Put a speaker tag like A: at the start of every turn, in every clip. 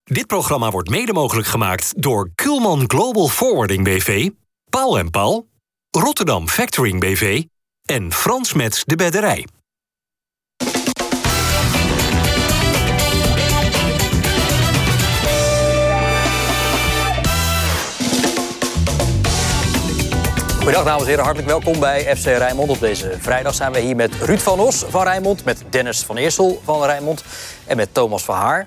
A: Dit programma wordt mede mogelijk gemaakt door Kuhlman Global Forwarding BV, Paul & Paul, Rotterdam Factoring BV en Frans Metz de Bedderij.
B: Goedendag dames en heren, hartelijk welkom bij FC Rijnmond. Op deze vrijdag zijn we hier met Ruud van Os van Rijnmond, met Dennis van Eersel van Rijnmond en met Thomas van Haar,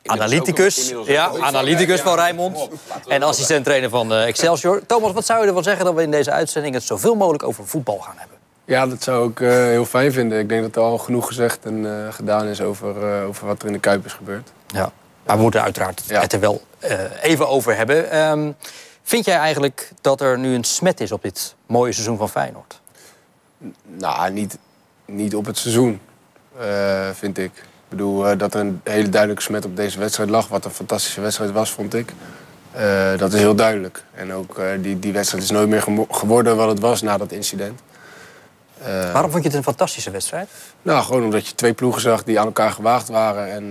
B: analyticus van Rijnmond en assistent-trainer van Excelsior. Thomas, wat zou je ervan zeggen dat we in deze uitzending het zoveel mogelijk over voetbal gaan hebben?
C: Ja, dat zou ik heel fijn vinden. Ik denk dat er al genoeg gezegd en gedaan is over wat er in de Kuip is gebeurd.
B: Ja, maar we moeten uiteraard het er wel even over hebben. Vind jij eigenlijk dat er nu een smet is op dit mooie seizoen van Feyenoord?
C: Nou, niet op het seizoen, vind ik. Ik bedoel, dat er een hele duidelijke smet op deze wedstrijd lag. Wat een fantastische wedstrijd was, vond ik. Dat is heel duidelijk. En ook die wedstrijd is nooit meer geworden wat het was na dat incident.
B: Waarom vond je het een fantastische wedstrijd?
C: Nou, gewoon omdat je twee ploegen zag die aan elkaar gewaagd waren.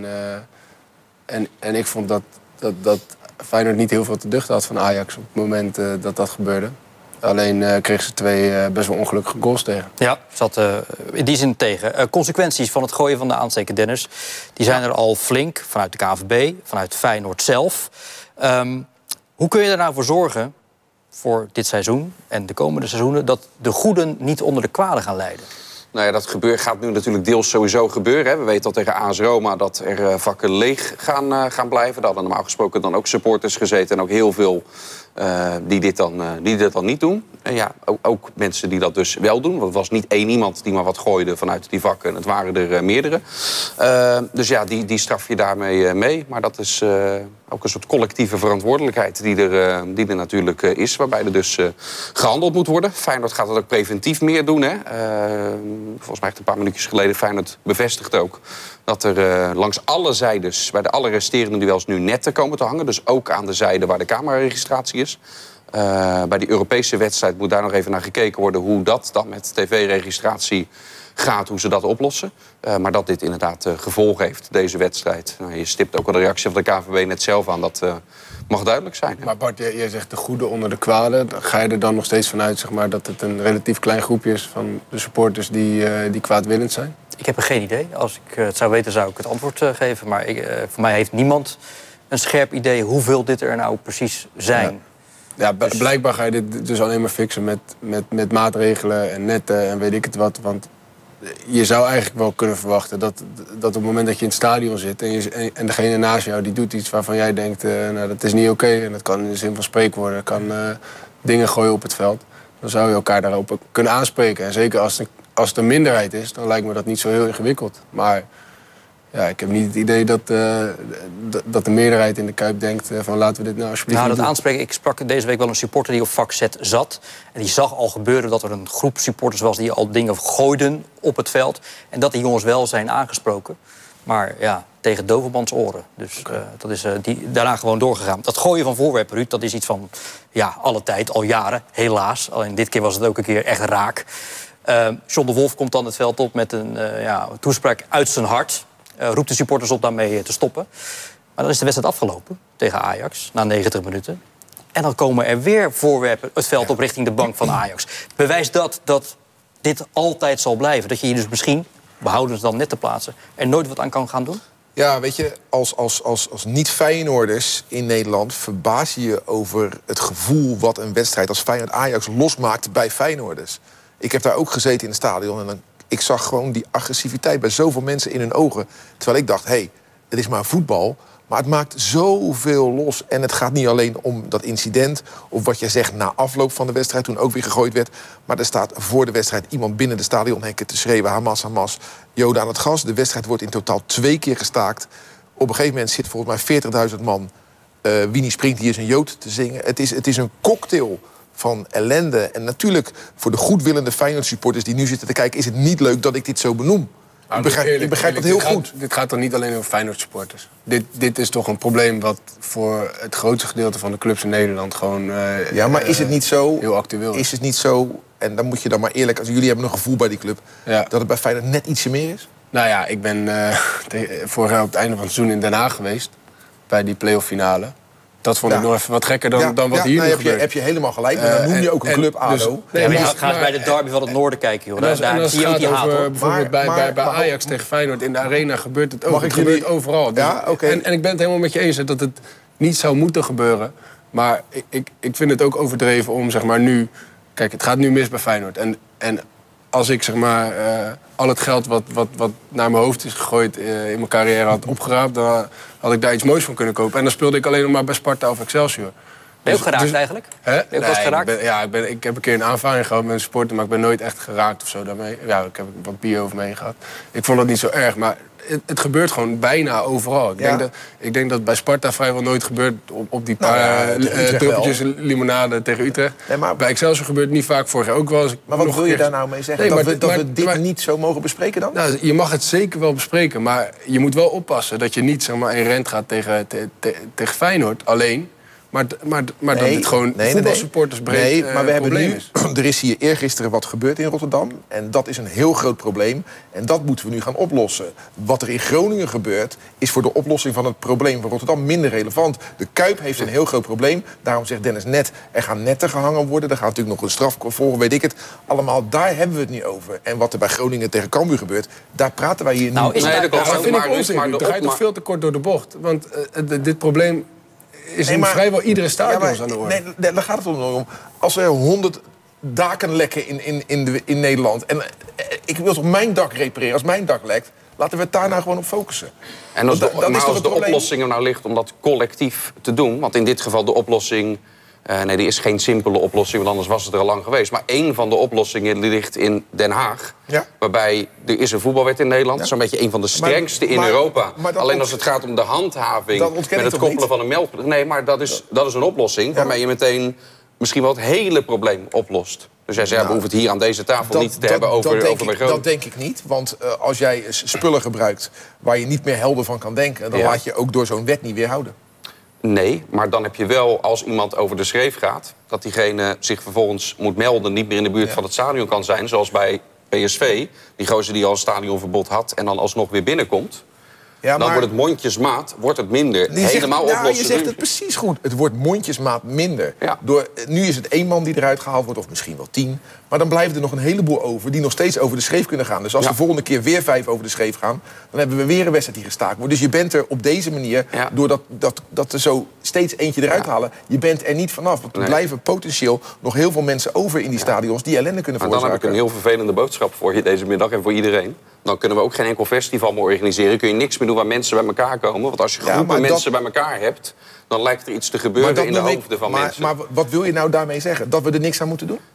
C: En ik vond dat Feyenoord niet heel veel te duchten had van Ajax op het moment dat gebeurde. Alleen kreeg ze twee best wel ongelukkige goals tegen. Ja,
B: zat in die zin tegen. Consequenties van het gooien van de aansteker, Dennis, die zijn er al flink vanuit de KNVB, vanuit Feyenoord zelf. Hoe kun je er nou voor zorgen, voor dit seizoen en de komende seizoenen, dat de goeden niet onder de kwaden gaan lijden?
D: Nou ja, dat gaat nu natuurlijk deels sowieso gebeuren. Hè. We weten al tegen AS Roma dat er vakken leeg gaan blijven. Daar hadden normaal gesproken dan ook supporters gezeten en ook heel veel die dit dan niet doen. En ja, ook mensen die dat dus wel doen. Want het was niet één iemand die maar wat gooide vanuit die vakken. Het waren er meerdere. Dus ja, die straf je daarmee mee. Maar dat is ook een soort collectieve verantwoordelijkheid die er natuurlijk is. Waarbij er dus gehandeld moet worden. Feyenoord gaat dat ook preventief meer doen. Hè. Volgens mij echt een paar minuutjes geleden Feyenoord bevestigt ook dat er langs alle zijdes, bij de alle resterende duels, nu netten komen te hangen. Dus ook aan de zijde waar de cameraregistratie is. Bij die Europese wedstrijd moet daar nog even naar gekeken worden hoe dat dan met tv-registratie gaat, hoe ze dat oplossen. Maar dat dit inderdaad gevolg heeft, deze wedstrijd. Nou, je stipt ook al de reactie van de KNVB net zelf aan. Dat mag duidelijk zijn. Hè?
C: Maar Bart, jij zegt de goede onder de kwaden. Ga je er dan nog steeds vanuit, zeg maar, dat het een relatief klein groepje is van de supporters die kwaadwillend zijn?
B: Ik heb er geen idee. Als ik het zou weten, zou ik het antwoord geven. Maar voor mij heeft niemand een scherp idee hoeveel dit er nou precies zijn.
C: Ja, blijkbaar ga je dit dus alleen maar fixen met maatregelen en netten en weet ik het wat. Want je zou eigenlijk wel kunnen verwachten dat op het moment dat je in het stadion zit en degene naast jou die doet iets waarvan jij denkt, nou, dat is niet oké. En dat kan in de zin van spreekwoorden, kan dingen gooien op het veld. Dan zou je elkaar daarop kunnen aanspreken. En zeker als het een minderheid is, dan lijkt me dat niet zo heel ingewikkeld. Maar ja, ik heb niet het idee dat de meerderheid in de Kuip denkt van laten we dit nou alsjeblieft niet doen.
B: Aanspreken. Ik sprak deze week wel een supporter die op vak Z zat. En die zag al gebeuren dat er een groep supporters was die al dingen gooiden op het veld. En dat die jongens wel zijn aangesproken. Maar ja, tegen dovenmans oren. Dus dat is daarna gewoon doorgegaan. Dat gooien van voorwerpen, Ruud, dat is iets van alle tijd, al jaren, helaas. Alleen dit keer was het ook een keer echt raak. John de Wolf komt dan het veld op met een toespraak uit zijn hart. Roept de supporters op daarmee te stoppen. Maar dan is de wedstrijd afgelopen tegen Ajax na 90 minuten. En dan komen er weer voorwerpen het veld op richting de bank van Ajax. Bewijst dat dit altijd zal blijven. Dat je hier dus misschien, behoudens dan net te plaatsen, er nooit wat aan kan gaan doen?
E: Ja, weet je, als niet-Feyenoorders in Nederland verbaas je je over het gevoel wat een wedstrijd als Feyenoord-Ajax losmaakt bij Feyenoorders. Ik heb daar ook gezeten in het stadion en ik zag gewoon die agressiviteit bij zoveel mensen in hun ogen. Terwijl ik dacht, het is maar voetbal. Maar het maakt zoveel los. En het gaat niet alleen om dat incident of wat jij zegt na afloop van de wedstrijd, toen ook weer gegooid werd. Maar er staat voor de wedstrijd iemand binnen de stadionhekken te schreeuwen, Hamas, Hamas, Joden aan het gas. De wedstrijd wordt in totaal 2 keer gestaakt. Op een gegeven moment zit volgens mij 40.000 man Winnie springt hier is een Jood te zingen. Het is een cocktail van ellende. En natuurlijk, voor de goedwillende Feyenoord-supporters die nu zitten te kijken, is het niet leuk dat ik dit zo benoem. Ik begrijp dat heel goed.
C: Dit gaat toch niet alleen over Feyenoord-supporters? Dit is toch een probleem wat voor het grootste gedeelte van de clubs in Nederland gewoon
E: maar is het niet zo,
C: heel actueel is?
E: Is het niet zo, en dan moet je dan maar eerlijk, als jullie hebben een gevoel bij die club, dat het bij Feyenoord net ietsje meer is?
C: Nou ja, ik ben vorig jaar op het einde van het seizoen in Den Haag geweest. bij die play-off finale. Dat vond ik nog even wat gekker dan wat hier nu gebeurt.
E: Heb je helemaal gelijk. Maar dan noem je ook een club ADO.
B: Ga eens bij de derby van het noorden kijken, joh.
C: Daar zie je ook die haat, hoor. Bijvoorbeeld bij Ajax tegen Feyenoord in de arena gebeurt het ook. Het gebeurt overal. En ik ben het helemaal met je eens dat het niet zou moeten gebeuren. Maar ik vind het ook overdreven om, zeg maar, nu... Kijk, het gaat nu mis bij Feyenoord. En als ik, zeg maar, al het geld wat naar mijn hoofd is gegooid in mijn carrière had opgeraapt... dan had ik daar iets moois van kunnen kopen. En dan speelde ik alleen nog maar bij Sparta of Excelsior.
B: Ben je ook geraakt eigenlijk?
C: Hè?
B: Ben je ook geraakt?
C: Ik heb een keer een aanvaring gehad met een supporter... maar ik ben nooit echt geraakt of zo daarmee. Ja, ik heb wat bier over mee gehad. Ik vond dat niet zo erg, maar het gebeurt gewoon bijna overal. Ik denk dat bij Sparta vrijwel nooit gebeurt op die paar druppeltjes limonade tegen Utrecht. Nee, maar bij Excelsior gebeurt het niet vaak, vorig jaar ook wel eens.
E: Maar wat wil je daar nou mee zeggen? Dat we dit niet zo mogen bespreken dan?
C: Nou, je mag het zeker wel bespreken, maar je moet wel oppassen... dat je niet, zeg maar, in rent gaat tegen Feyenoord alleen... Maar dat dit gewoon voetbalsupporters breed
E: maar we hebben
C: probleem
E: nu,
C: is.
E: Er is hier eergisteren wat gebeurd in Rotterdam. En dat is een heel groot probleem. En dat moeten we nu gaan oplossen. Wat er in Groningen gebeurt, is voor de oplossing van het probleem van Rotterdam minder relevant. De Kuip heeft een heel groot probleem. Daarom zegt Dennis net, er gaan netten gehangen worden. Er gaat natuurlijk nog een straf volgen, weet ik het. Allemaal, daar hebben we het niet over. En wat er bij Groningen tegen Cambuur gebeurt, daar praten wij hier niet over.
C: Dat vind ik onzin. Dan ga je toch veel te kort door de bocht. Want dit probleem... is in vrijwel iedere stadion aan de orde.
E: Nee, daar gaat het om. Als er 100 daken lekken in Nederland... en ik wil toch mijn dak repareren. Als mijn dak lekt, laten we het daar nou gewoon op focussen.
D: En als de oplossing er nou ligt om dat collectief te doen... want in dit geval de oplossing... er is geen simpele oplossing, want anders was het er al lang geweest. Maar één van de oplossingen ligt in Den Haag. Ja. Waarbij er is een voetbalwet in Nederland. Dat is een beetje een van de strengste in Europa. Alleen als het gaat om de handhaving met het koppelen van een meldplicht. Nee, maar dat is een oplossing waarmee je meteen misschien wel het hele probleem oplost. Dus jij zei, we hoeven het hier aan deze tafel niet te hebben over bij Groningen.
E: Dat denk ik niet, want als jij spullen gebruikt waar je niet meer helder van kan denken... dan laat je ook door zo'n wet niet weerhouden.
D: Nee, maar dan heb je wel, als iemand over de schreef gaat... dat diegene zich vervolgens moet melden, niet meer in de buurt van het stadion kan zijn... zoals bij PSV, die gozer die al een stadionverbod had... en dan alsnog weer binnenkomt. Ja, dan wordt het mondjesmaat minder. Helemaal oplossen.
E: Je zegt het precies goed. Het wordt mondjesmaat minder. Ja. Nu is het 1 man die eruit gehaald wordt, of misschien wel 10. Maar dan blijven er nog een heleboel over die nog steeds over de schreef kunnen gaan. Dus als de volgende keer weer 5 over de schreef gaan... dan hebben we weer een wedstrijd die gestaakt wordt. Dus je bent er op deze manier, doordat dat er zo steeds eentje eruit halen... je bent er niet vanaf. Want er blijven potentieel nog heel veel mensen over in die stadions... die ellende kunnen veroorzaken.
D: Maar dan heb ik een heel vervelende boodschap voor je deze middag en voor iedereen. Dan kunnen we ook geen enkel festival meer organiseren. Kun je niks meer doen waar mensen bij elkaar komen. Want als je groepen mensen bij elkaar hebt... dan lijkt er iets te gebeuren in de hoofden van mensen.
E: Maar wat wil je nou daarmee zeggen? Dat we er niks aan moeten doen?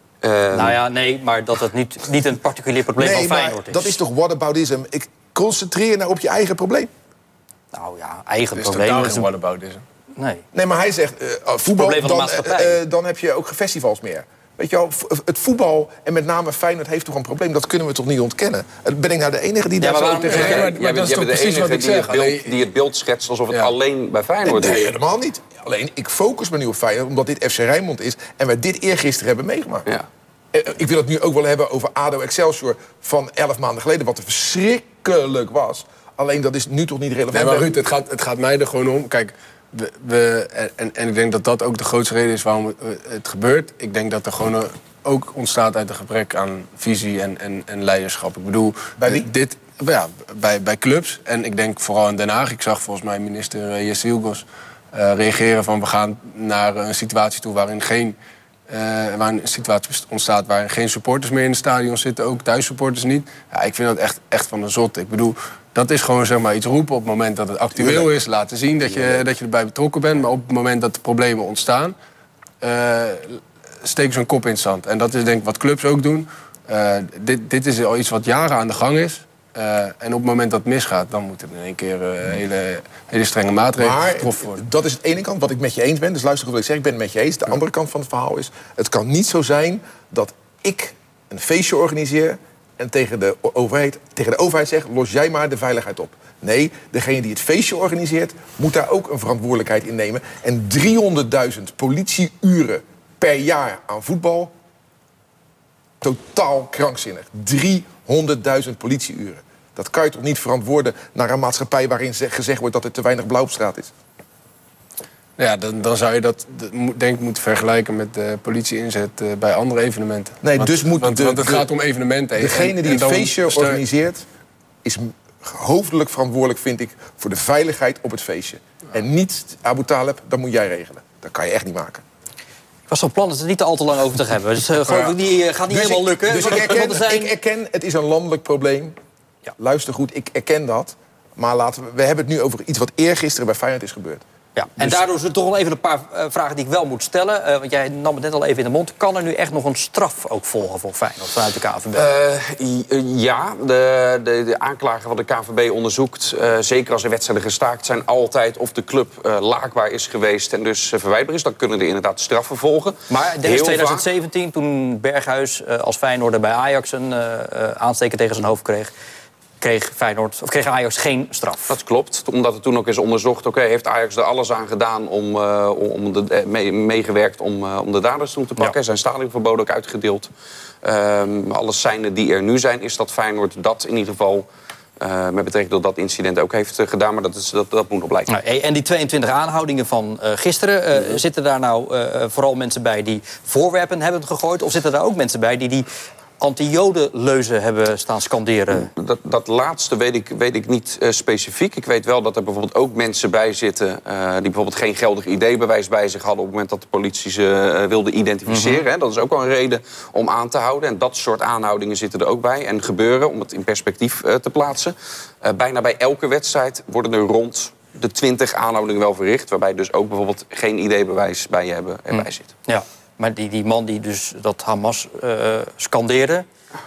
B: Maar dat het niet een particulier probleem van Feyenoord is.
E: Dat is toch whataboutism? Concentreer je nou op je eigen probleem.
B: Nou ja, eigen probleem.
C: Dat is geen whataboutism.
E: Nee, maar hij zegt, voetbal, dan heb je ook festivals meer. Weet je wel, het voetbal en met name Feyenoord heeft toch een probleem. Dat kunnen we toch niet ontkennen? Ben ik nou de enige die daar zo tegen zegt?
D: Maar dat is toch precies wat ik zeg. Die het beeld schetst alsof het alleen bij Feyenoord is.
E: Nee, helemaal niet. Alleen, ik focus me nu op Feyenoord omdat dit FC Rijnmond is... en we dit eergisteren hebben meegemaakt. Ja. Ik wil het nu ook wel hebben over ADO Excelsior van 11 maanden geleden... wat er verschrikkelijk was. Alleen, dat is nu toch niet relevant.
C: Nee, maar Ruud, het gaat mij er gewoon om. Kijk... En ik denk dat dat ook de grootste reden is waarom het gebeurt. Ik denk dat er gewoon ook ontstaat uit een gebrek aan visie en leiderschap. Ik bedoel, bij wie? Bij clubs. En ik denk vooral in Den Haag. Ik zag volgens mij minister Jesse Hilgers reageren van... we gaan naar een situatie toe waarin waar een situatie ontstaat... waarin geen supporters meer in het stadion zitten. Ook thuissupporters niet. Ja, ik vind dat echt van de zot. Ik bedoel... Dat is gewoon, zeg maar, iets roepen op het moment dat het actueel is. Laten zien dat je erbij betrokken bent. Maar op het moment dat de problemen ontstaan... steken ze een kop in het zand. En dat is denk ik wat clubs ook doen. Dit is al iets wat jaren aan de gang is. En op het moment dat het misgaat... dan moeten er in één keer hele strenge maatregelen getroffen worden.
E: Dat is het ene kant wat ik met je eens ben. Dus luister goed wat ik zeg, ik ben het met je eens. De andere kant van het verhaal is... het kan niet zo zijn dat ik een feestje organiseer... en tegen de overheid zegt, los jij maar de veiligheid op. Nee, degene die het feestje organiseert... moet daar ook een verantwoordelijkheid in nemen. En 300.000 politieuren per jaar aan voetbal... totaal krankzinnig. 300.000 politieuren. Dat kan je toch niet verantwoorden naar een maatschappij... waarin gezegd wordt dat er te weinig blauw op straat is?
C: Ja, dan zou je dat denk ik moeten vergelijken met de politie-inzet bij andere evenementen.
E: Nee,
C: want,
E: dus moet
C: want het gaat om evenementen.
E: Degene die een feestje organiseert is hoofdelijk verantwoordelijk, vind ik, voor de veiligheid op het feestje. En niet Abu Taleb, dat moet jij regelen. Dat kan je echt niet maken.
B: Ik was van plan het er niet al te lang over te hebben. Dus geloof ik, die gaat niet helemaal lukken.
E: Dus ik erken, het is een landelijk probleem.
B: Ja.
E: Luister goed, ik erken dat. Maar we hebben het nu over iets wat eergisteren bij Feyenoord is gebeurd.
B: Ja, en daardoor zijn er toch wel even een paar vragen die ik wel moet stellen. Want jij nam het net al even in de mond. Kan er nu echt nog een straf ook volgen voor Feyenoord vanuit de KNVB?
D: Ja, de aanklager van de KNVB onderzoekt... zeker als er wedstrijden gestaakt zijn... altijd of de club laakbaar is geweest en dus verwijderbaar is. Dan kunnen er inderdaad straffen volgen.
B: Maar in 2017, toen Berghuis als Feyenoorder bij Ajax... een aansteker tegen zijn hoofd kreeg Ajax geen straf.
D: Dat klopt, omdat het toen ook is onderzocht... heeft Ajax er alles aan gedaan meegewerkt om de daders toen te pakken. Ja. Zijn stadionverboden ook uitgedeeld. Alle seinen die er nu zijn, is dat Feyenoord dat in ieder geval... met betrekking tot dat incident ook heeft gedaan. Maar dat moet nog blijken.
B: Nou, en die 22 aanhoudingen van gisteren... zitten daar nou vooral mensen bij die voorwerpen hebben gegooid? Of zitten daar ook mensen bij die anti-jodenleuzen hebben staan scanderen?
D: Dat laatste weet ik niet specifiek. Ik weet wel dat er bijvoorbeeld ook mensen bij zitten... die bijvoorbeeld geen geldig ID-bewijs bij zich hadden... op het moment dat de politie ze wilde identificeren. Dat is ook wel een reden om aan te houden. En dat soort aanhoudingen zitten er ook bij. En gebeuren, om het in perspectief te plaatsen. Bijna bij elke wedstrijd worden er rond de 20 aanhoudingen wel verricht... waarbij dus ook bijvoorbeeld geen ID-bewijs bij je erbij zit.
B: Ja. Maar die man die dus dat Hamas scandeerde...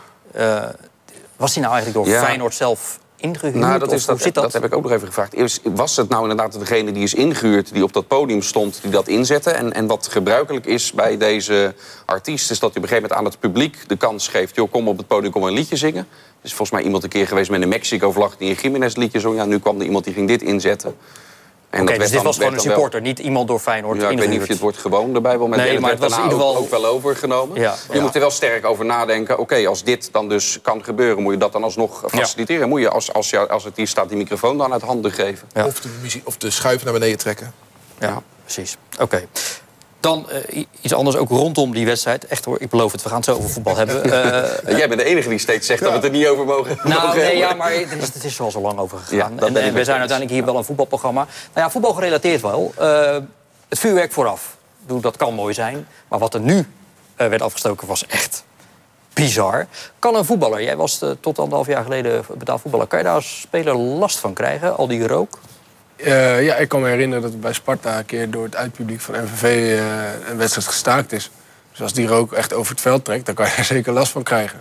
B: was hij nou eigenlijk door Feyenoord zelf ingehuurd?
D: Nou, dat heb ik ook nog even gevraagd. Was het nou inderdaad degene die is ingehuurd... die op dat podium stond, die dat inzette? En wat gebruikelijk is bij deze artiest... is dat hij op een gegeven moment aan het publiek de kans geeft... joh, kom op het podium, kom een liedje zingen. Er is volgens mij iemand een keer geweest met een Mexico-vlag... die een Jiménez-liedje zong. Ja, nu kwam er iemand die ging dit inzetten...
B: Oké, dus dit was gewoon een supporter, niet iemand door Feyenoord
D: ingehuurd. Ik weet niet of je het woord gewoon erbij wil.
B: Nee, maar het was in ieder geval
D: ook wel overgenomen. Ja. Je moet er wel sterk over nadenken. Oké, als dit dan dus kan gebeuren, moet je dat dan alsnog faciliteren. Ja. Moet je, als het hier staat, die microfoon dan uit handen geven.
E: Ja. Of de schuif naar beneden trekken.
B: Ja, precies. Oké. Dan iets anders, ook rondom die wedstrijd. Echt hoor, ik beloof het, we gaan het zo over voetbal hebben.
D: Jij bent de enige die steeds zegt dat we het er niet over mogen.
B: Maar het is wel zo lang over gegaan. Ja, en we zijn uiteindelijk hier wel een voetbalprogramma. Nou ja, voetbal gerelateerd wel. Het vuurwerk vooraf, dat kan mooi zijn. Maar wat er nu werd afgestoken was echt bizar. Kan een voetballer, jij was tot 1,5 jaar geleden betaald voetballer... kan je daar als speler last van krijgen, al die rook?
C: Ja, ik kan me herinneren dat bij Sparta een keer door het uitpubliek van MVV een wedstrijd gestaakt is. Dus als die rook echt over het veld trekt, dan kan je er zeker last van krijgen.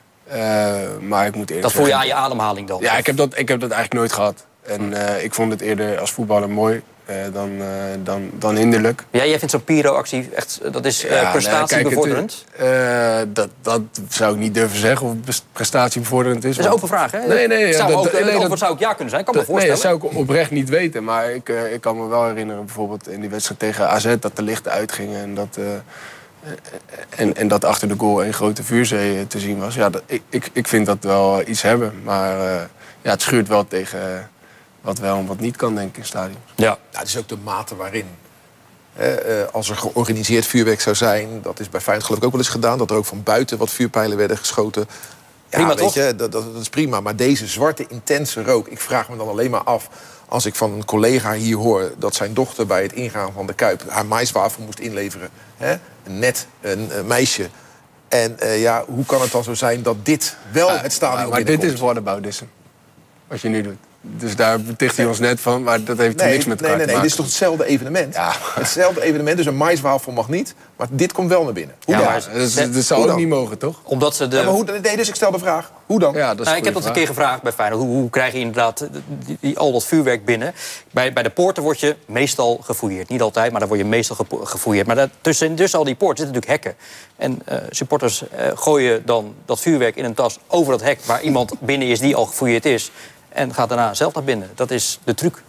C: Maar ik moet eerlijk
B: dat voel je aan je ademhaling dan?
C: Ja, ik heb dat eigenlijk nooit gehad. En ik vond het eerder als voetballer mooi dan hinderlijk.
B: Ja, jij vindt zo'n pyro-actie echt, dat is prestatiebevorderend?
C: Dat zou ik niet durven zeggen of het prestatiebevorderend is.
B: Dat is een open vraag, hè?
C: Nee.
B: Dat zou ik ja kunnen zijn, kan me voorstellen.
C: Nee, dat zou ik oprecht niet weten. Maar ik kan me wel herinneren, bijvoorbeeld in die wedstrijd tegen AZ... dat de lichten uitgingen en dat achter de goal een grote vuurzee te zien was. Ja, ik vind dat wel iets hebben. Maar het schuurt wel tegen... wat wel en wat niet kan, denk ik, in stadions.
E: Ja. Het is ook de mate waarin. Als er georganiseerd vuurwerk zou zijn... dat is bij Feyenoord geloof ik ook wel eens gedaan... dat er ook van buiten wat vuurpijlen werden geschoten. Ja,
B: prima,
E: weet je, dat is prima. Maar deze zwarte, intense rook... ik vraag me dan alleen maar af... als ik van een collega hier hoor... dat zijn dochter bij het ingaan van de Kuip... haar maiswafel moest inleveren. Een meisje. En hoe kan het dan zo zijn dat dit wel het stadion
C: maar dit is whataboutism. Wat je nu doet. Dus daar beticht hij ons net van, maar dat heeft niks met elkaar te maken.
E: Nee, dit is toch hetzelfde evenement? Ja. Hetzelfde evenement, dus een maiswafel mag niet. Maar dit komt wel naar binnen.
C: Dat zou ook niet mogen, toch?
B: Omdat ze
E: dus ik stel de vraag. Hoe dan?
C: Ja,
B: ik heb dat een keer gevraagd bij Feyenoord. Hoe krijg je inderdaad al dat vuurwerk binnen? Bij de poorten word je meestal gefouilleerd. Niet altijd, maar dan word je meestal gefouilleerd. Maar tussen al die poorten zitten natuurlijk hekken. En supporters gooien dan dat vuurwerk in een tas over dat hek... waar iemand binnen is die al gefouilleerd is... en gaat daarna zelf naar binnen. Dat is de truc.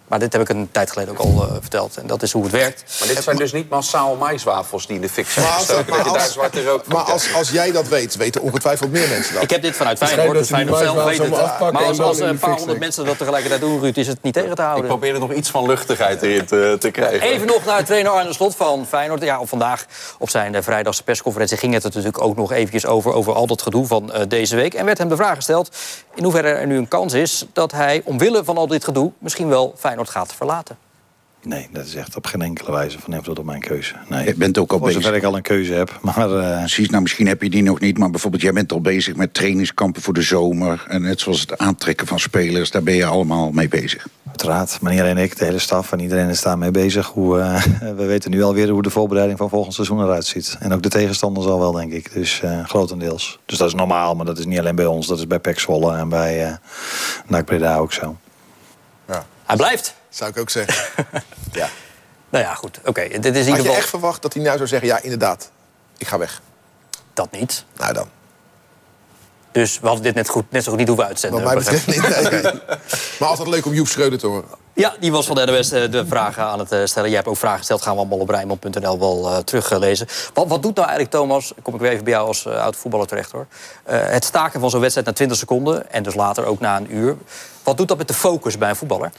B: Maar dit heb ik een tijd geleden ook al verteld. En dat is hoe het werkt.
D: Maar dit zijn dus niet massaal maïswafels die in de fik zijn gestoken. Dat je daar zwarte rook van krijgt.
E: als jij dat weet, weten ongetwijfeld meer mensen dat.
B: Ik heb dit vanuit Feyenoord, dus Feyenoord zelf weet het. Maar als een paar honderd mensen dat tegelijkertijd doen, Ruud, is het niet tegen te houden.
D: Ik probeer er nog iets van luchtigheid erin te krijgen.
B: Even nog naar trainer Arne Slot van Feyenoord. Ja, vandaag op zijn vrijdagse persconferentie ging het er natuurlijk ook nog eventjes over al dat gedoe van deze week. En werd hem de vraag gesteld in hoeverre er nu een kans is dat hij omwille van al dit gedoe misschien wel Feyenoord gaat verlaten.
F: Nee, dat is echt op geen enkele wijze van invloed op mijn keuze. Nee.
G: Je bent ook al bezig.
F: Zover ik al een keuze heb. Maar,
G: precies, nou misschien heb je die nog niet. Maar bijvoorbeeld, jij bent al bezig met trainingskampen voor de zomer. En net zoals het aantrekken van spelers, daar ben je allemaal mee bezig.
F: Uiteraard, maar niet alleen ik, de hele staf en iedereen is daarmee bezig. We weten nu alweer hoe de voorbereiding van volgend seizoen eruit ziet. En ook de tegenstanders al wel, denk ik. Dus grotendeels. Dus dat is normaal, maar dat is niet alleen bij ons. Dat is bij PEC Zwolle en bij NAC Breda ook zo.
E: Ja.
B: Hij blijft.
E: Zou ik ook zeggen. Ja.
B: Nou ja, goed. Oké, dit is in ieder
E: Had je
B: geval...
E: echt verwacht dat hij nou zou zeggen... ja, inderdaad, ik ga weg?
B: Dat niet.
E: Nou dan.
B: Dus we hadden dit net zo goed niet hoeven uitzenden.
E: Wat mij betreft niet. Nee. Maar altijd leuk om Joep Schreuder te horen.
B: Ja, die was van de NOS de vragen aan het stellen. Jij hebt ook vragen gesteld, gaan we allemaal op Rijnmond.nl wel teruglezen. Wat doet nou eigenlijk, Thomas, kom ik weer even bij jou als oud-voetballer terecht, hoor. Het staken van zo'n wedstrijd na 20 seconden... en dus later ook na een uur. Wat doet dat met de focus bij een voetballer?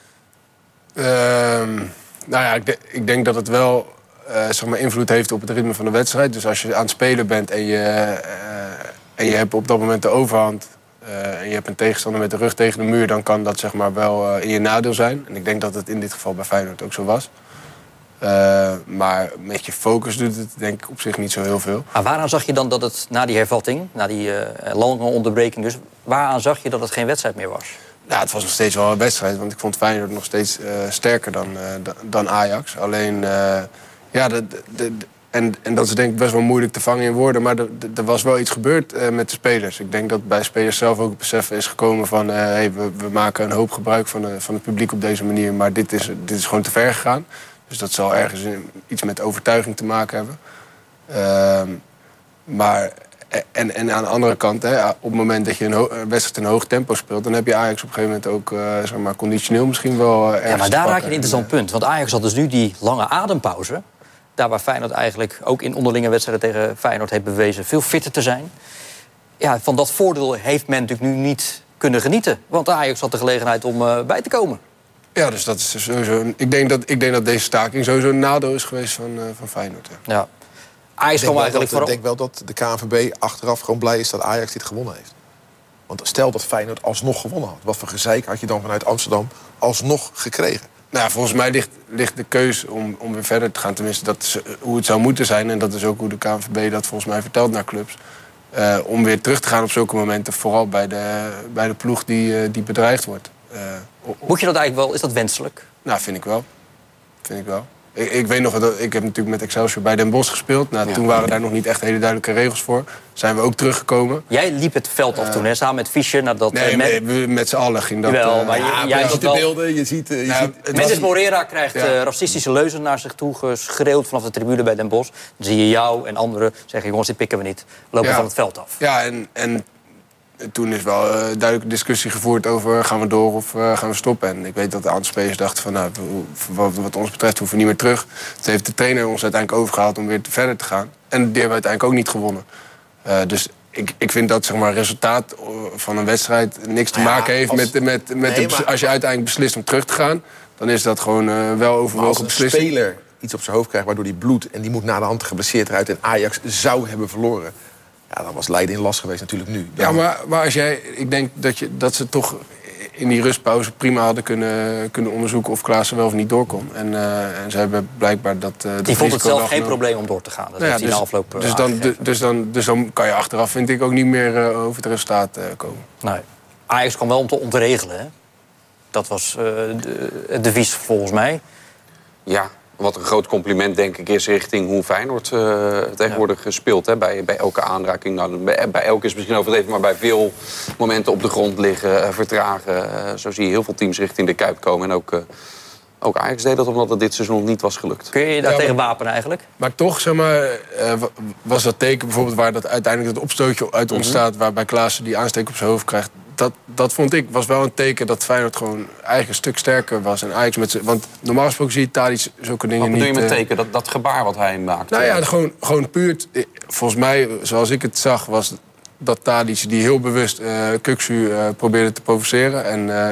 C: Nou ja, ik denk dat het wel zeg maar invloed heeft op het ritme van de wedstrijd. Dus als je aan het spelen bent en je hebt op dat moment de overhand... en je hebt een tegenstander met de rug tegen de muur... dan kan dat zeg maar wel in je nadeel zijn. En ik denk dat het in dit geval bij Feyenoord ook zo was. Maar met je focus doet het denk ik op zich niet zo heel veel.
B: Maar waaraan zag je dan dat het na die hervatting, na die lange onderbreking dus... waaraan zag je dat het geen wedstrijd meer was?
C: Ja, het was nog steeds wel een wedstrijd, want ik vond Feyenoord nog steeds sterker dan Ajax. Alleen, en dat is denk ik best wel moeilijk te vangen in woorden... maar er was wel iets gebeurd met de spelers. Ik denk dat bij spelers zelf ook het besef is gekomen van... we maken een hoop gebruik van het publiek op deze manier... maar dit is gewoon te ver gegaan. Dus dat zal ergens iets met overtuiging te maken hebben. Maar... En aan de andere kant, op het moment dat je een wedstrijd in hoog tempo speelt... dan heb je Ajax op een gegeven moment ook zeg maar conditioneel misschien wel ergens.
B: Ja, maar daar raak je een
C: en,
B: interessant punt. Want Ajax had dus nu die lange adempauze. Daar waar Feyenoord eigenlijk ook in onderlinge wedstrijden tegen Feyenoord heeft bewezen... veel fitter te zijn. Ja, van dat voordeel heeft men natuurlijk nu niet kunnen genieten. Want Ajax had de gelegenheid om bij te komen.
C: Ja, dus dat is sowieso... Ik denk dat deze staking sowieso een nadeel is geweest van Feyenoord.
B: Ja.
E: Ik denk wel dat de KNVB achteraf gewoon blij is dat Ajax dit gewonnen heeft. Want stel dat Feyenoord alsnog gewonnen had. Wat voor gezeik had je dan vanuit Amsterdam alsnog gekregen?
C: Nou, volgens mij ligt de keus om weer verder te gaan. Tenminste, dat is hoe het zou moeten zijn. En dat is ook hoe de KNVB dat volgens mij vertelt naar clubs. Om weer terug te gaan op zulke momenten. Vooral bij de ploeg die bedreigd wordt.
B: Moet je dat eigenlijk wel? Is dat wenselijk?
C: Nou, vind ik wel. Ik weet nog, ik heb natuurlijk met Excelsior bij Den Bosch gespeeld. Nou, toen waren daar nog niet echt hele duidelijke regels voor. Zijn we ook teruggekomen.
B: Jij liep het veld af toen, hè, samen met Fischer.
C: Met z'n allen ging dat.
B: Wel, maar jij
E: ziet de beelden, je ziet...
B: Mendes Moreira krijgt racistische leuzen naar zich toe geschreeuwd vanaf de tribune bij Den Bosch. Dan zie je jou en anderen zeggen, jongens, dit pikken we niet. We lopen van het veld af.
C: Ja, en toen is wel duidelijke discussie gevoerd over gaan we door of gaan we stoppen. En ik weet dat de aantal spelers dachten van nou, wat ons betreft hoeven we niet meer terug. Toen heeft de trainer ons uiteindelijk overgehaald om weer verder te gaan. En die hebben we uiteindelijk ook niet gewonnen. Dus ik vind dat zeg maar, het resultaat van een wedstrijd niks te maken heeft als je uiteindelijk beslist om terug te gaan. Dan is dat gewoon wel overwogen beslissing.
E: Als een speler iets op zijn hoofd krijgt waardoor hij bloedt en die moet na de hand geblesseerd eruit en Ajax zou hebben verloren. Ja, dat was Leiden in last geweest natuurlijk nu.
C: Ja, maar als ik denk dat ze toch in die rustpauze prima hadden kunnen onderzoeken of Klaassen wel of niet door kon. En ze hebben blijkbaar dat
B: die vond het zelf geen probleem om door te gaan. Dat heeft hij na afloop
C: dus dan kan je achteraf, vind ik, ook niet meer over het resultaat komen.
B: Nee. Ajax kwam wel om te ontregelen, hè? Dat was het devies volgens mij.
D: Ja. Wat een groot compliment, denk ik, is richting hoe Feyenoord tegenwoordig speelt. Hè? Bij elke aanraking. Nou, bij elke is misschien overdreven, maar bij veel momenten op de grond liggen, vertragen. Zo zie je heel veel teams richting de Kuip komen. En ook Ajax deed dat omdat het dit seizoen nog niet was gelukt.
B: Kun je je daar tegen wapenen eigenlijk?
C: Maar toch, zeg maar, was dat teken bijvoorbeeld waar dat uiteindelijk het opstootje uit ontstaat, waarbij Klaassen die aansteek op zijn hoofd krijgt, dat vond ik was wel een teken dat Feyenoord gewoon eigenlijk een stuk sterker was. En Ajax want normaal gesproken zie je Tadic zulke dingen niet...
D: Wat bedoel je met teken? Dat gebaar wat hij maakt?
C: Nou ja, gewoon puur... Volgens mij, zoals ik het zag, was dat Tadic die heel bewust Kukçu probeerde te provoceren.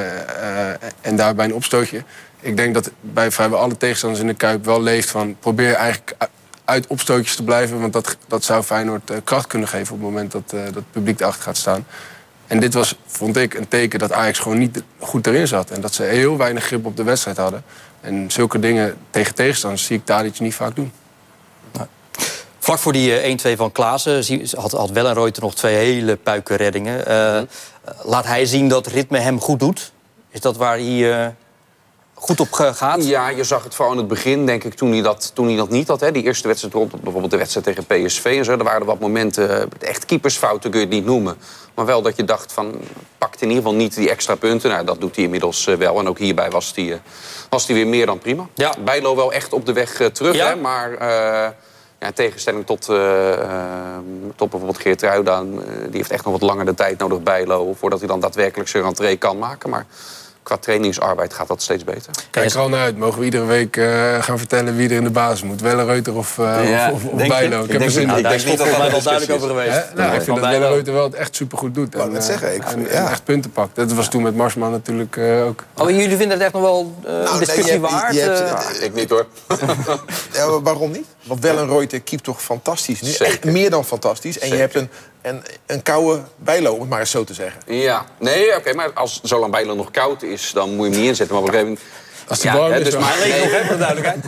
C: En daarbij een opstootje. Ik denk dat bij vrijwel alle tegenstanders in de Kuip wel leeft van... probeer eigenlijk uit opstootjes te blijven. Want dat zou Feyenoord kracht kunnen geven op het moment dat het publiek erachter gaat staan. En dit was, vond ik, een teken dat Ajax gewoon niet goed erin zat. En dat ze heel weinig grip op de wedstrijd hadden. En zulke dingen tegen tegenstanders zie ik Tadic niet vaak doen.
B: Nee. Vlak voor die 1-2 van Klaassen had Wellenreuter nog 2 hele puikenreddingen. Laat hij zien dat ritme hem goed doet? Is dat waar hij goed op gaat?
D: Ja, je zag het vooral in het begin, denk ik, toen hij dat niet had. Hè. Die eerste wedstrijd rond, bijvoorbeeld de wedstrijd tegen PSV en zo. Er waren er wat momenten, echt keepersfouten kun je het niet noemen. Maar wel dat je dacht van, pakt in ieder geval niet die extra punten. Nou, dat doet hij inmiddels wel. En ook hierbij was hij weer meer dan prima. Ja. Bijlo wel echt op de weg terug, ja. Hè, maar... in tegenstelling tot bijvoorbeeld Geert Ruida, die heeft echt nog wat langer de tijd nodig, Bijlo, voordat hij dan daadwerkelijk zijn rentree kan maken. Maar qua trainingsarbeid gaat dat steeds beter.
C: Kijk er al naar uit. Mogen we iedere week gaan vertellen wie er in de basis moet? Wellenreuter of Bijlo? Ik heb er zin in.
B: Ik denk niet dat daar wel duidelijk over geweest.
C: Ik vind dat Wellenreuter wel het echt supergoed doet.
E: En
C: echt punten pakt. Dat was toen met Marsman natuurlijk ook.
B: Oh, jullie vinden het echt nog wel een discussie waard?
D: Ik niet hoor.
E: Ja, waarom niet? Want Wellenreuter keept toch fantastisch nu? Echt meer dan fantastisch. En je hebt een koude Bijlo, om het maar eens zo te zeggen.
D: Ja, nee, oké, maar als zolang Bijlo nog koud is, dan moet je hem niet inzetten. Maar op een gegeven moment...
C: Als die warm is,
D: dus
C: maar
B: alleen nog even duidelijkheid.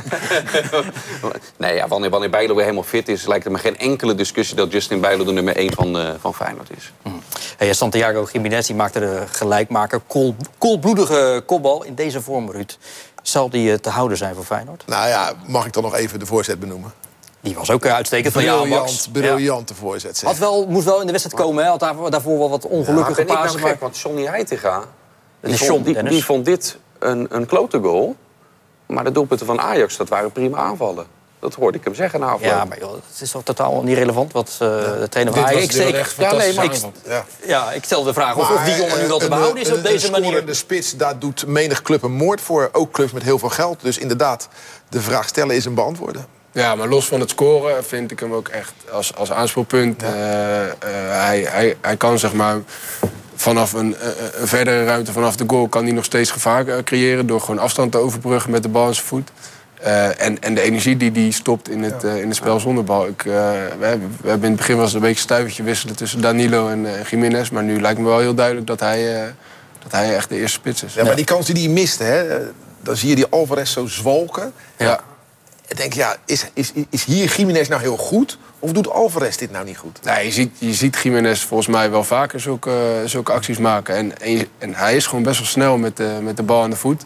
D: Nee, ja, wanneer Bijlo weer helemaal fit is, lijkt er me geen enkele discussie dat Justin Bijlo de nummer 1 van Feyenoord is.
B: Hey, Santiago Giménez die maakte de gelijkmaker. Koelbloedige kopbal in deze vorm, Ruud. Zal die te houden zijn voor Feyenoord?
E: Nou ja, mag ik dan nog even de voorzet benoemen?
B: Die was ook uitstekend van
E: briljante voorzet. Zeg.
B: Moest wel in de wedstrijd komen, hè? Had daarvoor wel wat ongelukkige
D: pasen.
B: Ik
D: ben gek, want Johnny Heitinga,
B: die
D: vond dit een klote goal. Maar de doelpunten van Ajax, dat waren prima aanvallen. Dat hoorde ik hem zeggen na afloop.
B: Ja, maar joh, het is toch totaal niet relevant wat de trainer van Ajax... Ik stel de vraag of die jongen nu wel te behouden is op deze manier.
E: De spits, daar doet menig club een moord voor. Ook clubs met heel veel geld. Dus inderdaad, de vraag stellen is hem beantwoorden.
C: Ja, maar los van het scoren vind ik hem ook echt als aanspeelpunt. Hij kan zeg maar vanaf een verdere ruimte vanaf de goal kan hij nog steeds gevaar creëren door gewoon afstand te overbruggen met de bal aan zijn voet. En de energie die hij stopt in het spel zonder bal. We hebben in het begin was een beetje een stuivertje wisselen tussen Danilo en Giménez, maar nu lijkt me wel heel duidelijk dat hij echt de eerste spits is.
E: Ja, maar die kans die hij miste, hè, dan zie je die Alvarez zo zwalken.
C: Ja.
E: Ik denk, is hier Giménez nou heel goed? Of doet Alvarez dit nou niet goed?
C: Nee, je ziet Giménez volgens mij wel vaker zulke acties maken. En hij is gewoon best wel snel met de bal aan de voet.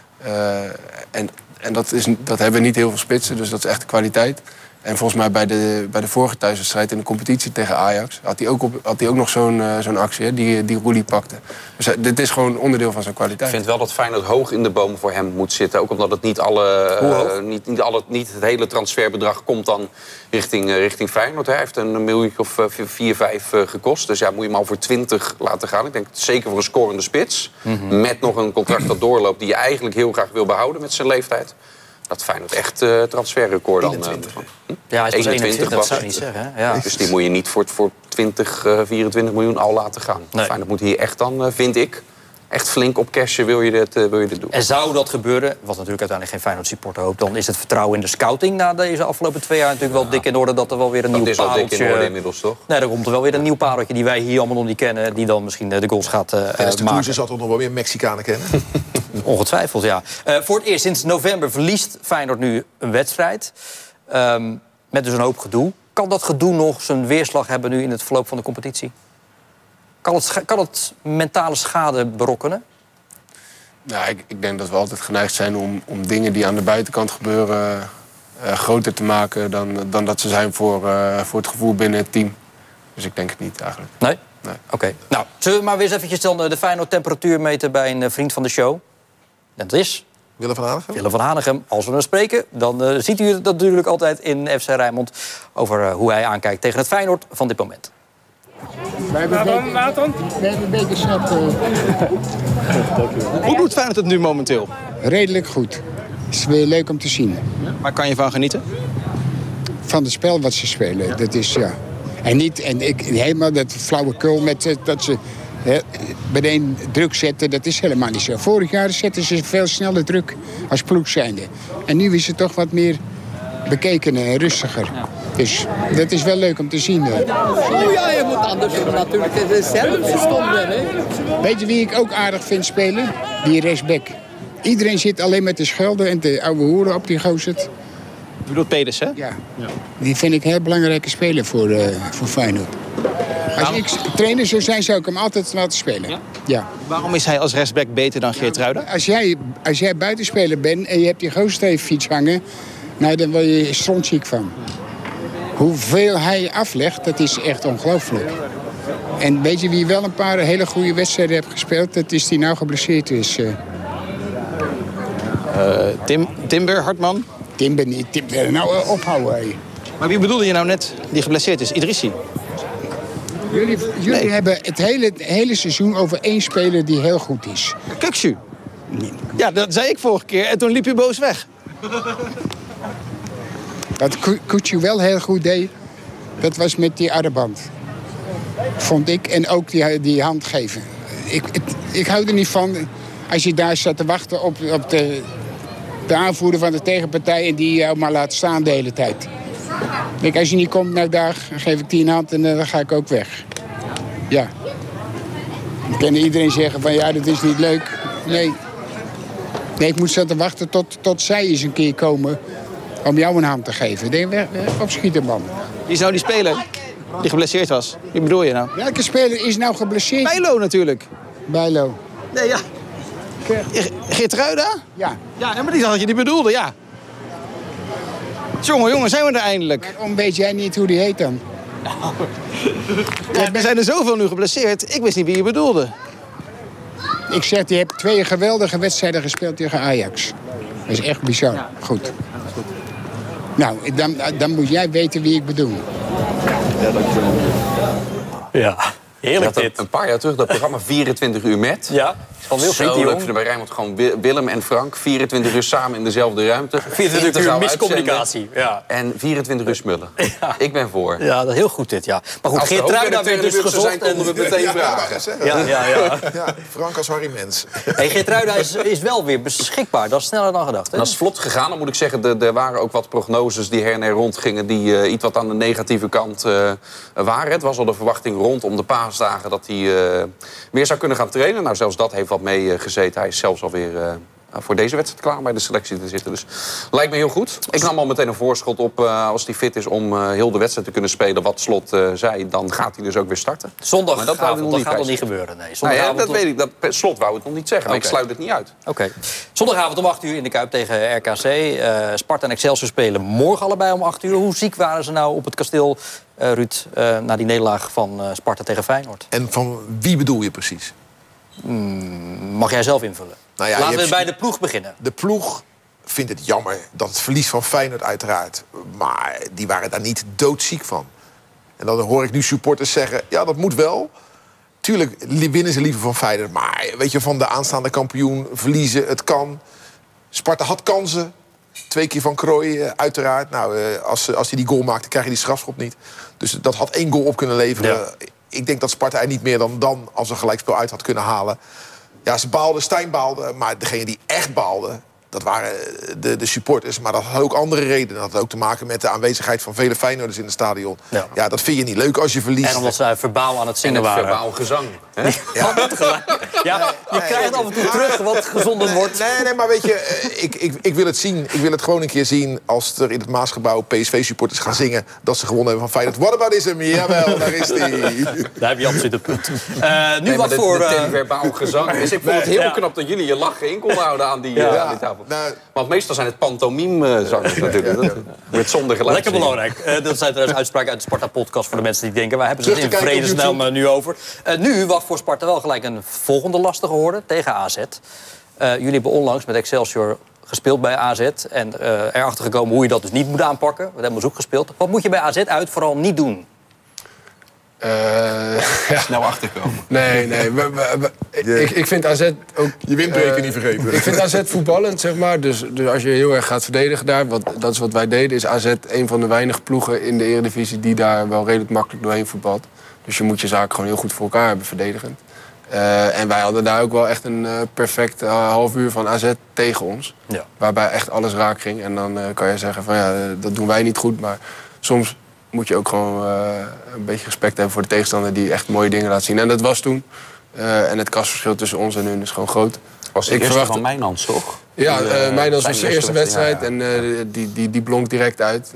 C: En dat hebben niet heel veel spitsen, dus dat is echt de kwaliteit. En volgens mij bij de vorige thuiswedstrijd in de competitie tegen Ajax had hij ook nog zo'n actie, hè, die Roelie pakte. Dus dit is gewoon onderdeel van zijn kwaliteit.
D: Ik vind wel dat Feyenoord hoog in de boom voor hem moet zitten. Ook omdat het niet het hele transferbedrag komt dan richting Feyenoord. Hij heeft een miljoen of 4, 5 gekost. Dus ja, moet je hem al voor 20 laten gaan. Ik denk zeker voor een scorende spits. Met nog een contract dat doorloopt die je eigenlijk heel graag wil behouden met zijn leeftijd. Dat Feyenoord echt transferrecord dan.
E: 21.
B: Ja, hij is 21, dat zou ik niet zeggen. Hè? Ja.
D: Dus die moet je niet voor 20, 24 miljoen al laten gaan.
B: Nee.
D: Feyenoord moet hier echt dan, vind ik, echt flink op cashen wil je dit doen.
B: En zou dat gebeuren, wat natuurlijk uiteindelijk geen Feyenoord supporter hoopt, dan is het vertrouwen in de scouting na deze afgelopen 2 jaar natuurlijk wel dik in orde dat er wel weer een nieuw pareltje...
D: Dat is wel dik in orde inmiddels, toch?
B: Nee, er komt er wel weer een nieuw pareltje die wij hier allemaal nog niet kennen, die dan misschien de goals gaat maken.
E: Cruz zal toch nog wel meer Mexicanen kennen?
B: Ongetwijfeld, ja. Voor het eerst sinds november verliest Feyenoord nu een wedstrijd. Met dus een hoop gedoe. Kan dat gedoe nog zijn weerslag hebben nu in het verloop van de competitie? Kan het mentale schade berokkenen?
C: Ja, ik denk dat we altijd geneigd zijn om dingen die aan de buitenkant gebeuren groter te maken dan dat ze zijn voor het gevoel binnen het team. Dus ik denk het niet eigenlijk.
B: Nee? Oké. Nou, zullen we maar weer eens eventjes dan de Feyenoord-temperatuur meten bij een vriend van de show? Dat is...
E: Willem van Hanegem?
B: Willem van Hanegem. Als we hem spreken, dan ziet u dat natuurlijk altijd in FC Rijnmond over hoe hij aankijkt tegen het Feyenoord van dit moment.
H: We hebben een beetje zat.
I: Hoe doet Feyenoord het nu momenteel?
H: Redelijk goed. Het is weer leuk om te zien.
I: Waar kan je van genieten?
H: Van het spel wat ze spelen. Dat is, ja. En niet, helemaal dat flauwekul met dat ze meteen druk zetten. Dat is helemaal niet zo. Vorig jaar zetten ze veel sneller druk als ploeg zijnde. En nu is het toch wat meer bekeken en rustiger. Ja. Dus dat is wel leuk om te zien.
J: Ja, je moet anders doen natuurlijk. Het is zelf stom.
H: Weet je wie ik ook aardig vind spelen? Die rechtsback. Iedereen zit alleen met de schelden en de oude hoeren op die gozer.
I: Je bedoelt Pedersen, hè?
H: Ja. Die vind ik een heel belangrijke speler voor Feyenoord. Als ik trainer zou zijn, zou ik hem altijd laten spelen. Ja?
I: Waarom is hij als rechtsback beter dan Geertruida?
H: Als jij buitenspeler bent en je hebt die gozer fiets hangen... Nou, dan word je strontziek van. Hoeveel hij aflegt, dat is echt ongelooflijk. En weet je wie wel een paar hele goede wedstrijden heeft gespeeld? Dat is die nou geblesseerd is.
I: Timber, Hartman?
H: Timber niet. Timber, nou ophouden. Hey.
I: Maar wie bedoelde je nou net die geblesseerd is? Idrissi?
H: Jullie hebben het hele seizoen over één speler die heel goed is.
I: Kuksu? Nee. Ja, dat zei ik vorige keer en toen liep u boos weg.
H: Wat Kuksu wel heel goed deed, dat was met die armband. Vond ik. En ook die hand geven. Ik hou er niet van als je daar staat te wachten op de aanvoerder van de tegenpartij... en die jou maar laat staan de hele tijd. Kijk, als je niet komt, nou daar geef ik die een hand en dan ga ik ook weg. Ja. Dan kan iedereen zeggen van ja, dat is niet leuk. Nee, ik moet staan te wachten tot zij eens een keer komen om jou een hand te geven. Denk weg opschieten, man.
I: Wie is nou die speler die geblesseerd was? Wie bedoel je nou?
H: Welke speler is nou geblesseerd?
I: Bijlo natuurlijk.
H: Bijlo.
I: Nee, ja. Geertruida?
H: Ja.
I: Ja, maar die had je niet bedoelde, ja. Jongen, zijn we er eindelijk.
H: Waarom weet jij niet hoe die heet dan?
I: Ja, er zijn er zoveel nu geblesseerd. Ik wist niet wie je bedoelde.
H: Ik zeg, die hebt 2 geweldige wedstrijden gespeeld tegen Ajax. Dat is echt bizar. Ja. Goed. Nou, dan moet jij weten wie ik bedoel.
B: Ja, heerlijk dit.
D: Een paar jaar terug, dat programma 24 uur met.
B: Ja, van Wilfried
D: zo leuk vinden bij Rijnmond gewoon Willem en Frank. 24 uur samen in dezelfde ruimte.
B: 24 uur miscommunicatie. Ja.
D: En 24 uur smullen. Ja. Ik ben voor.
B: Ja, dat is heel goed dit, ja. Maar goed, Geertruida werd dus gezocht.
D: Konden we meteen vragen.
E: Ja, Frank als Harry Mens.
B: Hey, Geertruida is wel weer beschikbaar. Dat is sneller dan gedacht. Hè?
D: Dat is vlot gegaan. Dan moet ik zeggen, er waren ook wat prognoses die her en her rondgingen... die iets wat aan de negatieve kant waren. Het was al de verwachting rondom de paasdagen dat hij weer zou kunnen gaan trainen. Nou, zelfs dat heeft wat meegezeten. Hij is zelfs alweer voor deze wedstrijd klaar bij de selectie te zitten. Dus lijkt me heel goed. Ik nam al meteen een voorschot op als hij fit is om heel de wedstrijd te kunnen spelen. Wat Slot zei, dan gaat hij dus ook weer starten.
B: Zondagavond, dat gaat nog niet gebeuren. Nee,
D: nou ja, dat weet ik. Slot wou het nog niet zeggen, maar ik sluit het niet uit.
B: Oké. Zondagavond om 8 uur in de Kuip tegen RKC. Sparta en Excelsior spelen morgen allebei om 8 uur. Hoe ziek waren ze nou op het kasteel, Ruud, na die nederlaag van Sparta tegen Feyenoord?
E: En van wie bedoel je precies?
B: Mag jij zelf invullen?
E: Nou ja,
B: laten we bij de ploeg beginnen.
E: De ploeg vindt het jammer dat het verlies van Feyenoord uiteraard. Maar die waren daar niet doodziek van. En dan hoor ik nu supporters zeggen, ja, dat moet wel. Tuurlijk winnen ze liever van Feyenoord. Maar weet je, van de aanstaande kampioen verliezen, het kan. Sparta had kansen. 2 keer van Krooi, uiteraard. Nou, als hij die goal maakte, krijg je die strafschop niet. Dus dat had 1 goal op kunnen leveren. Ja. Ik denk dat Sparta er niet meer dan als een gelijkspel uit had kunnen halen. Ja, ze baalden, Stijn baalde. Maar degene die echt baalde, dat waren de supporters. Maar dat had ook andere redenen. Dat had ook te maken met de aanwezigheid van vele Feyenoorders in het stadion. Ja, dat vind je niet leuk als je verliest.
B: En omdat ze verbaal aan het zingen waren.
D: Verbaal gezang. Hè?
B: Ja, je krijgt af en toe terug wat gezonden wordt.
E: Nee, maar weet je, ik wil het zien. Ik wil het gewoon een keer zien als er in het Maasgebouw PSV-supporters gaan zingen dat ze gewonnen hebben van Feyenoord. What about ism? Jawel, daar is die.
B: Daar heb je absoluut een punt. Nu wat voor...
D: De verbaal gezang. Dus ik vond het heel knap dat jullie je lachen in konden houden aan die tafel. Nou, want meestal zijn het pantomime-zangers natuurlijk. Met zonder geluid.
B: Lekker belangrijk. Dat zijn trouwens uitspraken uit de Sparta-podcast voor de mensen die denken, waar hebben ze het in vredesnaam nu over? Nu wacht voor Sparta wel gelijk een volgende lastige hoorde tegen AZ. Jullie hebben onlangs met Excelsior gespeeld bij AZ en erachter gekomen hoe je dat dus niet moet aanpakken. We hebben ons ook gespeeld. Wat moet je bij AZ uit vooral niet doen?
D: Snel achterkomen.
C: Nee. Ik vind AZ ook...
E: Je windbreker niet vergeten.
C: Ik vind AZ voetballend, zeg maar. Dus als je heel erg gaat verdedigen daar... dat is wat wij deden, is AZ een van de weinige ploegen in de Eredivisie... die daar wel redelijk makkelijk doorheen voetbalt. Dus je moet je zaak gewoon heel goed voor elkaar hebben, verdedigend. En wij hadden daar ook wel echt een perfect half uur van AZ tegen ons. Ja. Waarbij echt alles raak ging. En dan kan je zeggen van ja, dat doen wij niet goed. Maar soms moet je ook gewoon een beetje respect hebben voor de tegenstander... die echt mooie dingen laat zien. En dat was toen. En het klasverschil tussen ons en hun is gewoon groot.
D: Was de eerste van Mijnans, toch?
C: Ja, Mijnans was de eerste wedstrijd. Ja. En die blonk direct uit.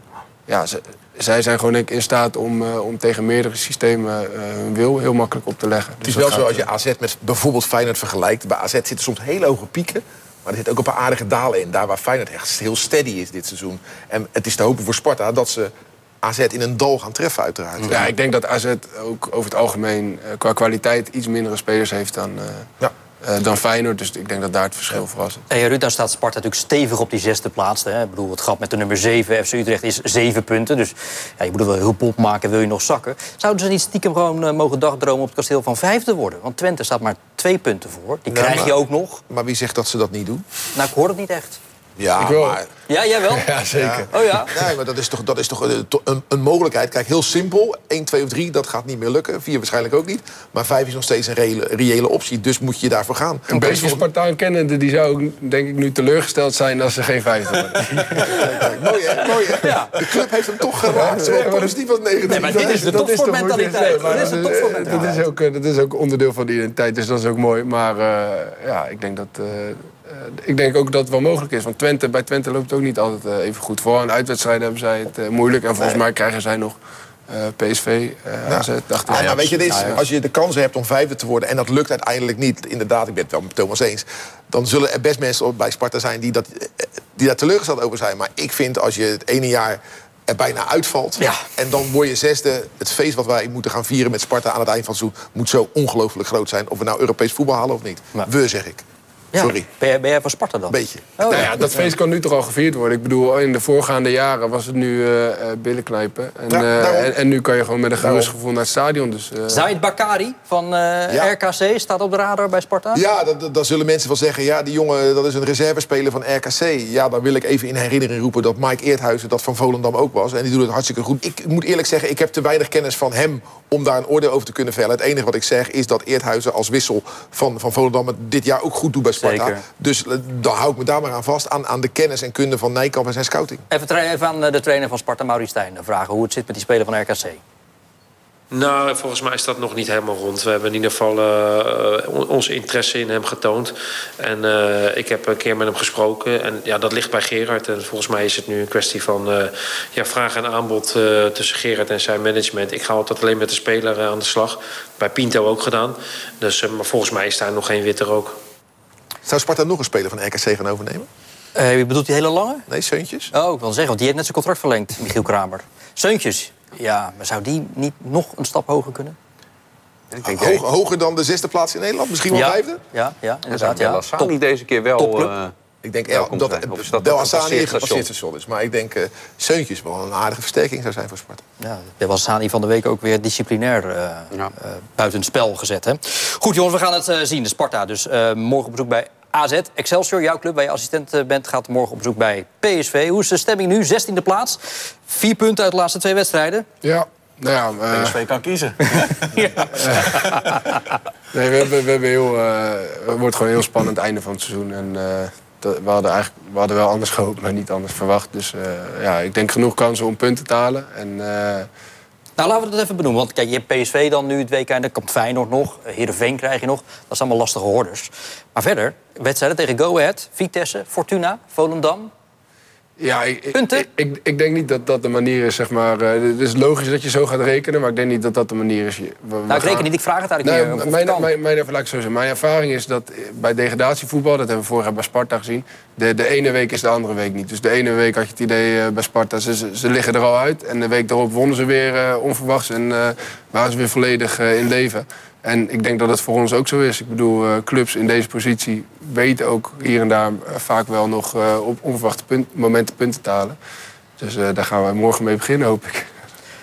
C: Zij zijn gewoon in staat om tegen meerdere systemen hun wil heel makkelijk op te leggen.
E: Het is wel zo als je AZ met bijvoorbeeld Feyenoord vergelijkt. Bij AZ zitten soms hele hoge pieken. Maar er zitten ook een paar aardige dalen in. Daar waar Feyenoord echt heel steady is dit seizoen. En het is te hopen voor Sparta dat ze AZ in een dal gaan treffen uiteraard.
C: Ja, ik denk dat AZ ook over het algemeen qua kwaliteit iets mindere spelers heeft dan Feyenoord. Dus ik denk dat daar het verschil voor was.
B: Hey, Ruud, daar staat Sparta natuurlijk stevig op die 6e plaats. Hè. Ik bedoel, het gat met de nummer 7, FC Utrecht, is 7 punten. Dus ja, je moet er wel hulp op maken, wil je nog zakken. Zouden ze niet stiekem gewoon mogen dagdromen op het kasteel van 5e worden? Want Twente staat maar 2 punten voor. Die krijg je ook nog.
E: Maar wie zegt dat ze dat niet doen?
B: Nou, ik hoor het niet echt.
E: Ja,
C: maar...
B: Ja, jij wel?
C: Ja, zeker.
B: Ja. Oh ja?
E: Nee, maar dat is toch een mogelijkheid. Kijk, heel simpel. 1, 2 of 3, dat gaat niet meer lukken. 4 waarschijnlijk ook niet. Maar 5 is nog steeds een reële optie. Dus moet je daarvoor gaan.
C: Een beetje Spartaan kennende, die zou ook, denk ik, nu teleurgesteld zijn als ze geen 5 worden.
E: Mooi, hè? Mooi, hè? Ja. De club heeft hem toch geraakt. Zowel positief als negatief.
B: Nee, maar dit is de topsportmentaliteit.
C: Dat is ook onderdeel van de identiteit. Dus dat is ook mooi. Maar ik denk dat... Ik denk ook dat het wel mogelijk is. Want bij Twente loopt het ook niet altijd even goed. Vooral in uitwedstrijden hebben zij het moeilijk. En volgens mij krijgen zij nog PSV, AZ, dacht ik.
E: Maar weet je, als je de kans hebt om 5e te worden... en dat lukt uiteindelijk niet, inderdaad, ik ben het wel met Thomas eens... dan zullen er best mensen bij Sparta zijn die daar teleurgesteld over zijn. Maar ik vind, als je het ene jaar er bijna uitvalt...
B: Ja.
E: en dan word je 6e... het feest wat wij moeten gaan vieren met Sparta aan het eind van het seizoen... moet zo ongelooflijk groot zijn. Of we nou Europees voetbal halen of niet.
B: Ja.
E: We, zeg ik.
B: Ja.
E: Sorry.
B: Ben jij van Sparta dan?
E: Beetje.
B: Oh,
C: nou ja, dat feest kan nu toch al gevierd worden. Ik bedoel, in de voorgaande jaren was het nu billenknijpen. En nu kan je gewoon met een gerust gevoel naar het stadion. Dus,
B: Zaid Bakari van RKC staat op de radar bij Sparta?
E: Ja, dan zullen mensen wel zeggen... ja, die jongen, dat is een reservespeler van RKC. Ja, dan wil ik even in herinnering roepen... dat Mike Eerthuizen dat van Volendam ook was. En die doet het hartstikke goed. Ik moet eerlijk zeggen, ik heb te weinig kennis van hem... om daar een oordeel over te kunnen vellen. Het enige wat ik zeg is dat Eerthuizen als wissel van Volendam... het dit jaar ook goed doet bij Sparta.
B: Zeker.
E: Dus dan hou ik me daar maar aan vast. Aan de kennis en kunde van Nijkamp en zijn scouting.
B: Even aan de trainer van Sparta, Maurice Stijn, vragen hoe het zit met die speler van RKC.
K: Nou, volgens mij is dat nog niet helemaal rond. We hebben in ieder geval onze interesse in hem getoond. En ik heb een keer met hem gesproken. En ja, dat ligt bij Gerard. En volgens mij is het nu een kwestie van vraag en aanbod tussen Gerard en zijn management. Ik ga altijd alleen met de speler aan de slag. Bij Pinto ook gedaan. Dus, maar volgens mij is daar nog geen witte rook.
E: Zou Sparta nog een speler van RKC gaan overnemen?
B: Wie bedoelt die hele lange?
E: Nee, Seuntjes.
B: Oh, ik wil zeggen, want die heeft net zijn contract verlengd, Michiel Kramer. Seuntjes, ja, maar zou die niet nog een stap hoger kunnen?
E: Hoger dan de 6e plaats in Nederland? Misschien wel 5e?
B: Ja, inderdaad. Ja.
D: Top. Deze keer wel...
E: Ik denk dat Bel Hassani een gepasseerd station is. Maar ik denk Seuntjes wel een aardige versterking zou zijn voor Sparta.
B: Ja, Bel Hassani van de week ook weer disciplinair buiten het spel gezet. Hè? Goed jongens, we gaan het zien. De Sparta dus morgen op bezoek bij AZ. Excelsior, jouw club waar je assistent bent, gaat morgen op bezoek bij PSV. Hoe is de stemming nu? 16e plaats. 4 punten uit de laatste 2 wedstrijden.
C: Ja. Nou ja,
D: PSV kan kiezen.
C: Nee, het wordt gewoon een heel spannend einde van het seizoen. En we hadden wel anders gehoopt, maar niet anders verwacht. Dus ik denk genoeg kansen om punten te halen. En,
B: nou, laten we dat even benoemen. Want kijk, je hebt PSV dan nu het weekend, dan komt Feyenoord nog. Heerenveen krijg je nog. Dat zijn allemaal lastige hordes. Maar verder, wedstrijden tegen Go Ahead, Vitesse, Fortuna, Volendam.
C: Ja, ik denk niet dat dat de manier is, zeg maar. Het is logisch dat je zo gaat rekenen, maar ik denk niet dat dat de manier is.
B: Ik reken niet, ik vraag het eigenlijk niet.
C: Mijn ervaring is dat bij degradatievoetbal, dat hebben we vorig jaar bij Sparta gezien, de ene week is de andere week niet. Dus de ene week had je het idee bij Sparta, ze liggen er al uit. En de week daarop wonnen ze weer onverwachts en waren ze weer volledig in leven. En ik denk dat het voor ons ook zo is. Ik bedoel, clubs in deze positie weten ook hier en daar vaak wel nog op onverwachte momenten punten te halen. Dus daar gaan we morgen mee beginnen, hoop ik.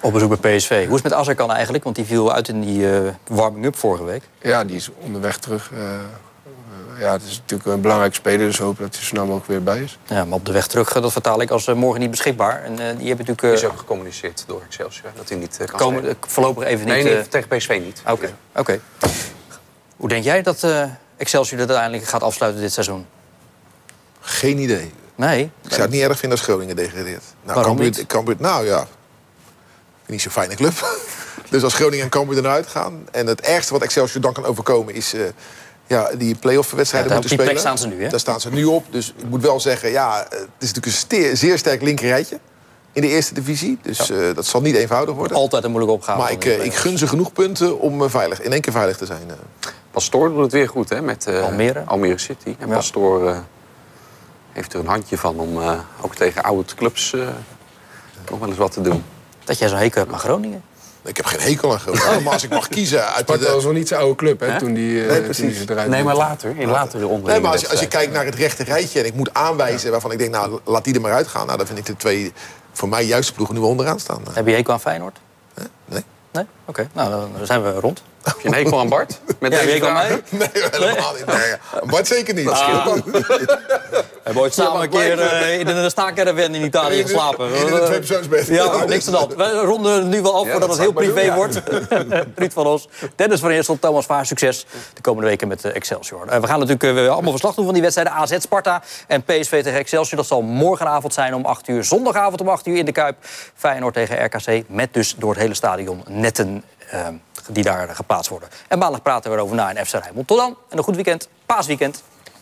B: Op bezoek bij PSV. Hoe is het met Azarkan eigenlijk? Want die viel uit in die warming-up vorige week.
C: Ja, die is onderweg terug. Ja, het is natuurlijk een belangrijke speler, dus hopen dat hij zo snel mogelijk weer bij is.
B: Ja, maar op de weg terug, dat vertaal ik als morgen niet beschikbaar. En die hebben natuurlijk...
D: is ook gecommuniceerd door Excelsior, dat hij niet kan spelen.
B: Voorlopig even niet...
D: Nee, tegen PSV niet.
B: Oké. Hoe denk jij dat Excelsior dat uiteindelijk gaat afsluiten dit seizoen?
E: Geen idee.
B: Nee?
E: Ik zou het niet erg vinden als Groningen degradeert.
B: Waarom niet?
E: Cambuur, nou ja, niet zo'n fijne club. Dus als Groningen en Cambuur eruit gaan... en het ergste wat Excelsior dan kan overkomen is... die play-off wedstrijden moeten spelen.
B: Op die plek staan ze nu, hè?
E: Daar staan ze nu op. Dus ik moet wel zeggen, het is natuurlijk een zeer sterk linkerrijtje in de eerste divisie. Dus dat zal niet eenvoudig worden.
B: Altijd een moeilijke opgave.
E: Maar ik gun ze genoeg punten om in één keer veilig te zijn.
D: Pastoor doet het weer goed, hè? Met
B: Almere
D: City. En Pastoor heeft er een handje van om ook tegen oude clubs nog wel eens wat te doen.
B: Dat jij zo'n hekel hebt aan Groningen?
E: Ik heb geen hekel aan Groningen. Maar als ik mag kiezen...
C: Sparta was nog niet zo'n oude club, hè? Toen die ze eruit...
D: Nee, maar later. In latere onderlinge
E: maar als je kijkt naar het rechte rijtje... en ik moet aanwijzen waarvan ik denk, nou, laat die er maar uitgaan. Nou, dan vind ik de twee voor mij juiste ploegen nu onderaan staan.
B: Heb je hekel aan Feyenoord?
E: Nee.
B: Nee? Oké. Nou, dan zijn we rond.
D: Heb je een hekel aan Bart?
B: Heb je hekel aan mij?
E: Nee, helemaal niet. Nee. Bart zeker niet.
B: We hebben ooit samen een keer in een staakerven in Italië geslapen.
E: In een tweepersoonsbed.
B: Ja, niks aan dat. We ronden nu wel af voordat het heel privé wordt. Ruud van Os, Dennis van Eersel, Thomas Vaar, succes de komende weken met Excelsior. We gaan natuurlijk allemaal verslag doen van die wedstrijden. AZ, Sparta en PSV tegen Excelsior. Dat zal morgenavond zijn om 8 uur. Zondagavond om 8 uur in de Kuip. Feyenoord tegen RKC. Met dus door het hele stadion netten die daar geplaatst worden. En maandag praten we erover na in FC Rijnmond. Tot dan en een goed weekend. Paasweekend.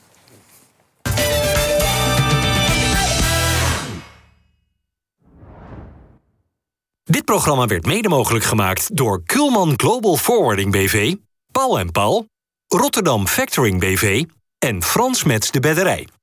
A: Dit programma werd mede mogelijk gemaakt door Kuhlman Global Forwarding BV, Paul en Paul, Rotterdam Factoring BV en Frans Mets de Bedderij.